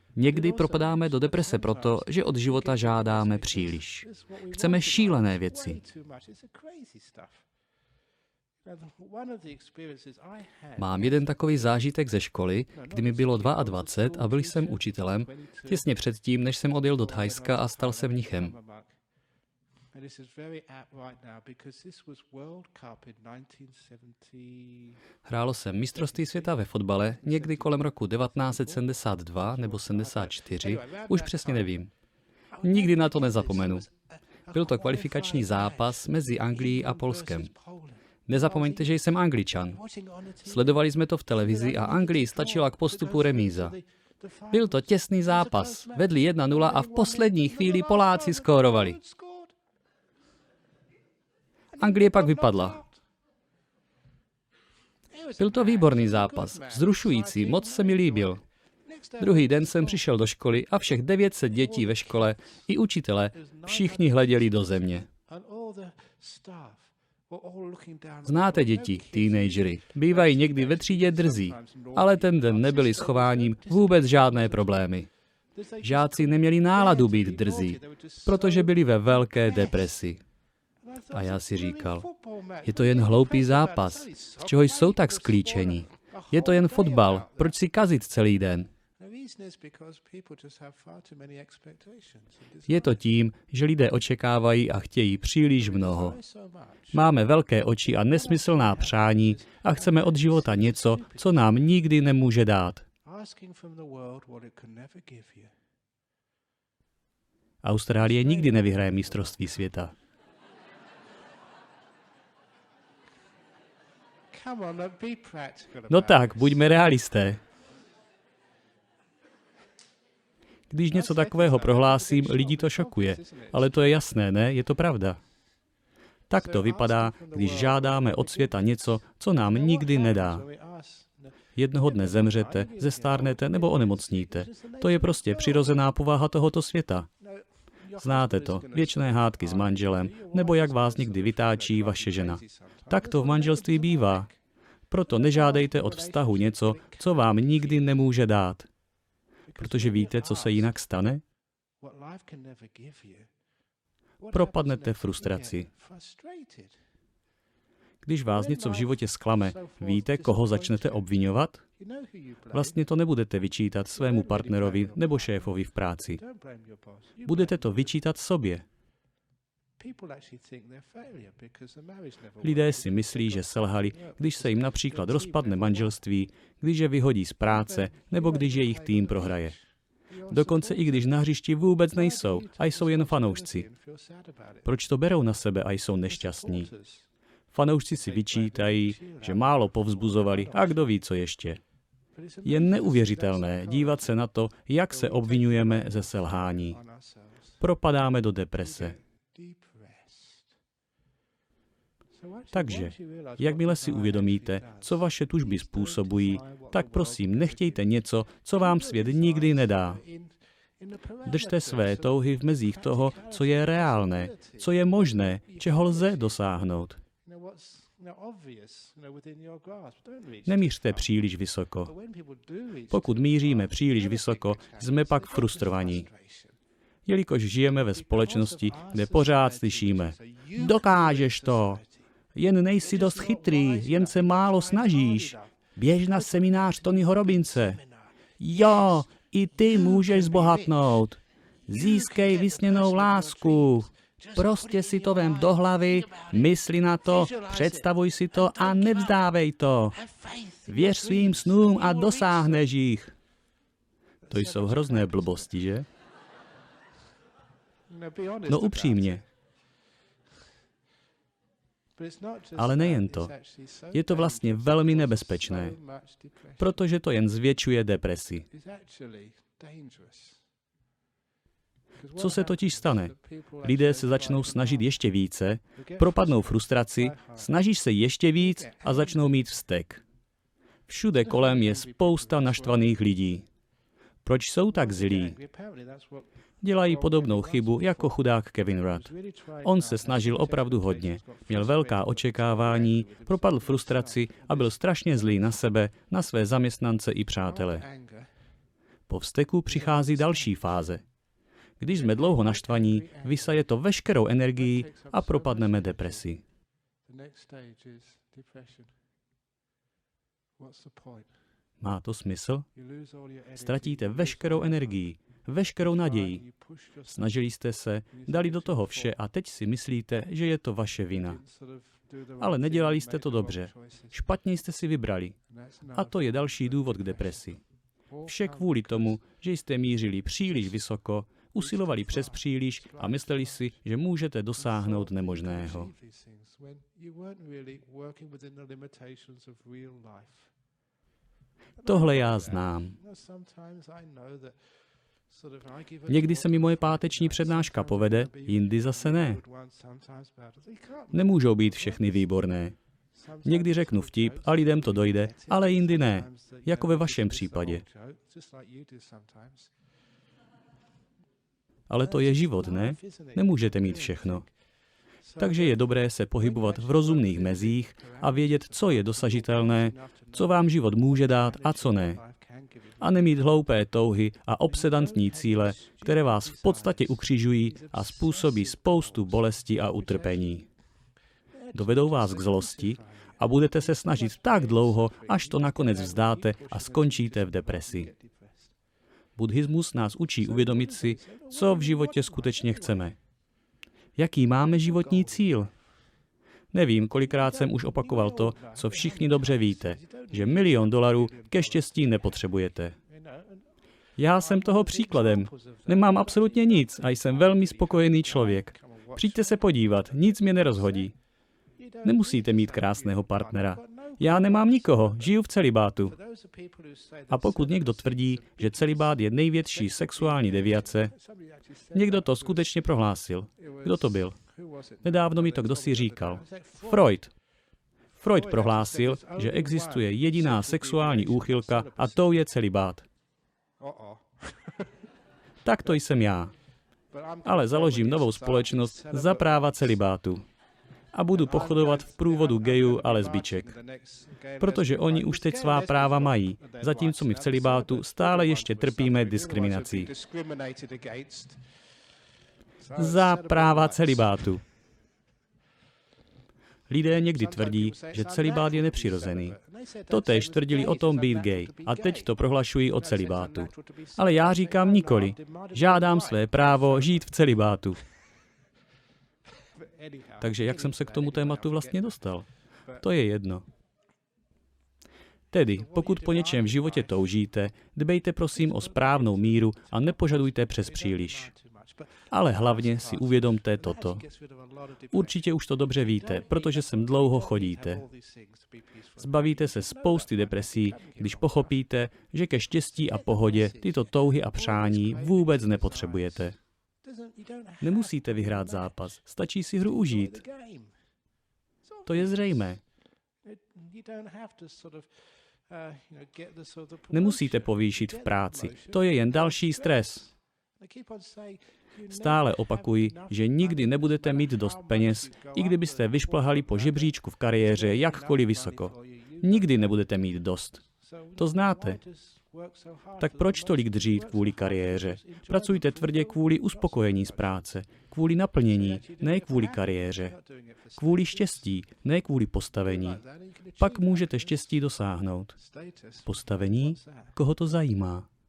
Někdy propadáme do deprese proto, že od života žádáme příliš. Chceme šílené věci. Mám jeden takový zážitek ze školy, kdy mi bylo 22 a byl jsem učitelem, těsně předtím, než jsem odjel do Thajska a stal se mnichem. Hrálo se mistrovství světa ve fotbale někdy kolem roku 1972 nebo 74, už přesně nevím. Nikdy na to nezapomenu. Byl to kvalifikační zápas mezi Anglií a Polskem. Nezapomeňte, že jsem Angličan. Sledovali jsme to v televizi a Anglii stačila k postupu remíza. Byl to těsný zápas, vedli 1-0 a v poslední chvíli Poláci skórovali. Anglie pak vypadla. Byl to výborný zápas, vzrušující, moc se mi líbil. Druhý den jsem přišel do školy a všech 900 dětí ve škole i učitelé všichni hleděli do země. Znáte děti, teenagery, bývají někdy ve třídě drzí, ale ten den nebyli s chováním vůbec žádné problémy. Žáci neměli náladu být drzí, protože byli ve velké depresi. A já si říkal, je to jen hloupý zápas, z čeho jsou tak sklíčení. Je to jen fotbal, proč si kazit celý den? Je to tím, že lidé očekávají a chtějí příliš mnoho. Máme velké oči a nesmyslná přání a chceme od života něco, co nám nikdy nemůže dát. Austrálie nikdy nevyhraje mistrovství světa. No tak, buďme realisté. Když něco takového prohlásím, lidi to šokuje. Ale to je jasné, ne? Je to pravda. Tak to vypadá, když žádáme od světa něco, co nám nikdy nedá. Jednoho dne zemřete, zestárnete nebo onemocníte. To je prostě přirozená povaha tohoto světa. Znáte to, věčné hádky s manželem, nebo jak vás někdy vytáčí vaše žena. Tak to v manželství bývá. Proto nežádejte od vztahu něco, co vám nikdy nemůže dát. Protože víte, co se jinak stane? Propadnete frustraci. Když vás něco v životě zklame, víte, koho začnete obviňovat? Vlastně to nebudete vyčítat svému partnerovi nebo šéfovi v práci. Budete to vyčítat sobě. Lidé si myslí, že selhali, když se jim například rozpadne manželství, když je vyhodí z práce nebo když jejich tým prohraje. Dokonce i když na hřišti vůbec nejsou a jsou jen fanoušci. Proč to berou na sebe a jsou nešťastní? Fanoušci si vyčítají, že málo povzbuzovali a kdo ví, co ještě. Je neuvěřitelné dívat se na to, jak se obvinujeme ze selhání. Propadáme do deprese. Takže, jakmile si uvědomíte, co vaše tužby způsobují, tak prosím, nechtějte něco, co vám svět nikdy nedá. Držte své touhy v mezích toho, co je reálné, co je možné, čeho lze dosáhnout. Nemířte příliš vysoko. Pokud míříme příliš vysoko, jsme pak frustrovaní. Jelikož žijeme ve společnosti, kde pořád slyšíme: dokážeš to, jen nejsi dost chytrý, jen se málo snažíš. Běž na seminář Tonyho Robbinse. Jo, i ty můžeš zbohatnout. Získej vysněnou lásku. Prostě si to vem do hlavy, mysli na to, představuj si to a nevzdávej to. Věř svým snům a dosáhneš jich. To jsou hrozné blbosti, že? No upřímně. Ale nejen to. Je to vlastně velmi nebezpečné, protože to jen zvětšuje depresi. Co se totiž stane? Lidé se začnou snažit ještě více, propadnou frustraci, snažíš se ještě víc a začnou mít vztek. Všude kolem je spousta naštvaných lidí. Proč jsou tak zlí? Dělají podobnou chybu jako chudák Kevin Rudd. On se snažil opravdu hodně, měl velká očekávání, propadl frustraci a byl strašně zlý na sebe, na své zaměstnance i přátele. Po vzteku přichází další fáze. Když jsme dlouho naštvaní, vysaje to veškerou energii a propadneme depresi. Má to smysl? Ztratíte veškerou energii, veškerou naději. Snažili jste se, dali do toho vše a teď si myslíte, že je to vaše vina. Ale nedělali jste to dobře. Špatně jste si vybrali. A to je další důvod k depresi. Vše kvůli tomu, že jste mířili příliš vysoko, usilovali přes příliš a mysleli si, že můžete dosáhnout nemožného. Tohle já znám. Někdy se mi moje páteční přednáška povede, jindy zase ne. Nemůžou být všechny výborné. Někdy řeknu vtip a lidem to dojde, ale jindy ne, jako ve vašem případě. Ale to je život, ne? Nemůžete mít všechno. Takže je dobré se pohybovat v rozumných mezích a vědět, co je dosažitelné, co vám život může dát a co ne. A nemít hloupé touhy a obsedantní cíle, které vás v podstatě ukřižují a způsobí spoustu bolesti a utrpení. Dovedou vás k zlosti a budete se snažit tak dlouho, až to nakonec vzdáte a skončíte v depresi. Buddhismus nás učí uvědomit si, co v životě skutečně chceme. Jaký máme životní cíl? Nevím, kolikrát jsem už opakoval to, co všichni dobře víte, že $1 000 000 ke štěstí nepotřebujete. Já jsem toho příkladem. Nemám absolutně nic a jsem velmi spokojený člověk. Přijďte se podívat, nic mě nerozhodí. Nemusíte mít krásného partnera. Já nemám nikoho, žiju v celibátu. A pokud někdo tvrdí, že celibát je největší sexuální deviace, někdo to skutečně prohlásil. Kdo to byl? Nedávno mi to kdosi říkal. Freud. Freud prohlásil, že existuje jediná sexuální úchylka a tou je celibát. Tak to jsem já. Ale založím novou společnost za práva celibátu. A budu pochodovat v průvodu gejů a lesbiček. Protože oni už teď svá práva mají, zatímco my v celibátu stále ještě trpíme diskriminací. Za práva celibátu. Lidé někdy tvrdí, že celibát je nepřirozený. Totéž tvrdili o tom být gay a teď to prohlašují o celibátu. Ale já říkám nikoli. Žádám své právo žít v celibátu. Takže jak jsem se k tomu tématu vlastně dostal? To je jedno. Tedy, pokud po něčem v životě toužíte, dbejte prosím o správnou míru a nepožadujte přes příliš. Ale hlavně si uvědomte toto. Určitě už to dobře víte, protože sem dlouho chodíte. Zbavíte se spousty depresí, když pochopíte, že ke štěstí a pohodě tyto touhy a přání vůbec nepotřebujete. Nemusíte vyhrát zápas, stačí si hru užít. To je zřejmé. Nemusíte povýšit v práci, to je jen další stres. Stále opakuji, že nikdy nebudete mít dost peněz, i kdybyste vyšplhali po žebříčku v kariéře jakkoliv vysoko. Nikdy nebudete mít dost. To znáte. Tak proč tolik dřít kvůli kariéře? Pracujte tvrdě kvůli uspokojení z práce, kvůli naplnění, ne kvůli kariéře. Kvůli štěstí, ne kvůli postavení. Pak můžete štěstí dosáhnout. Postavení? Koho to zajímá?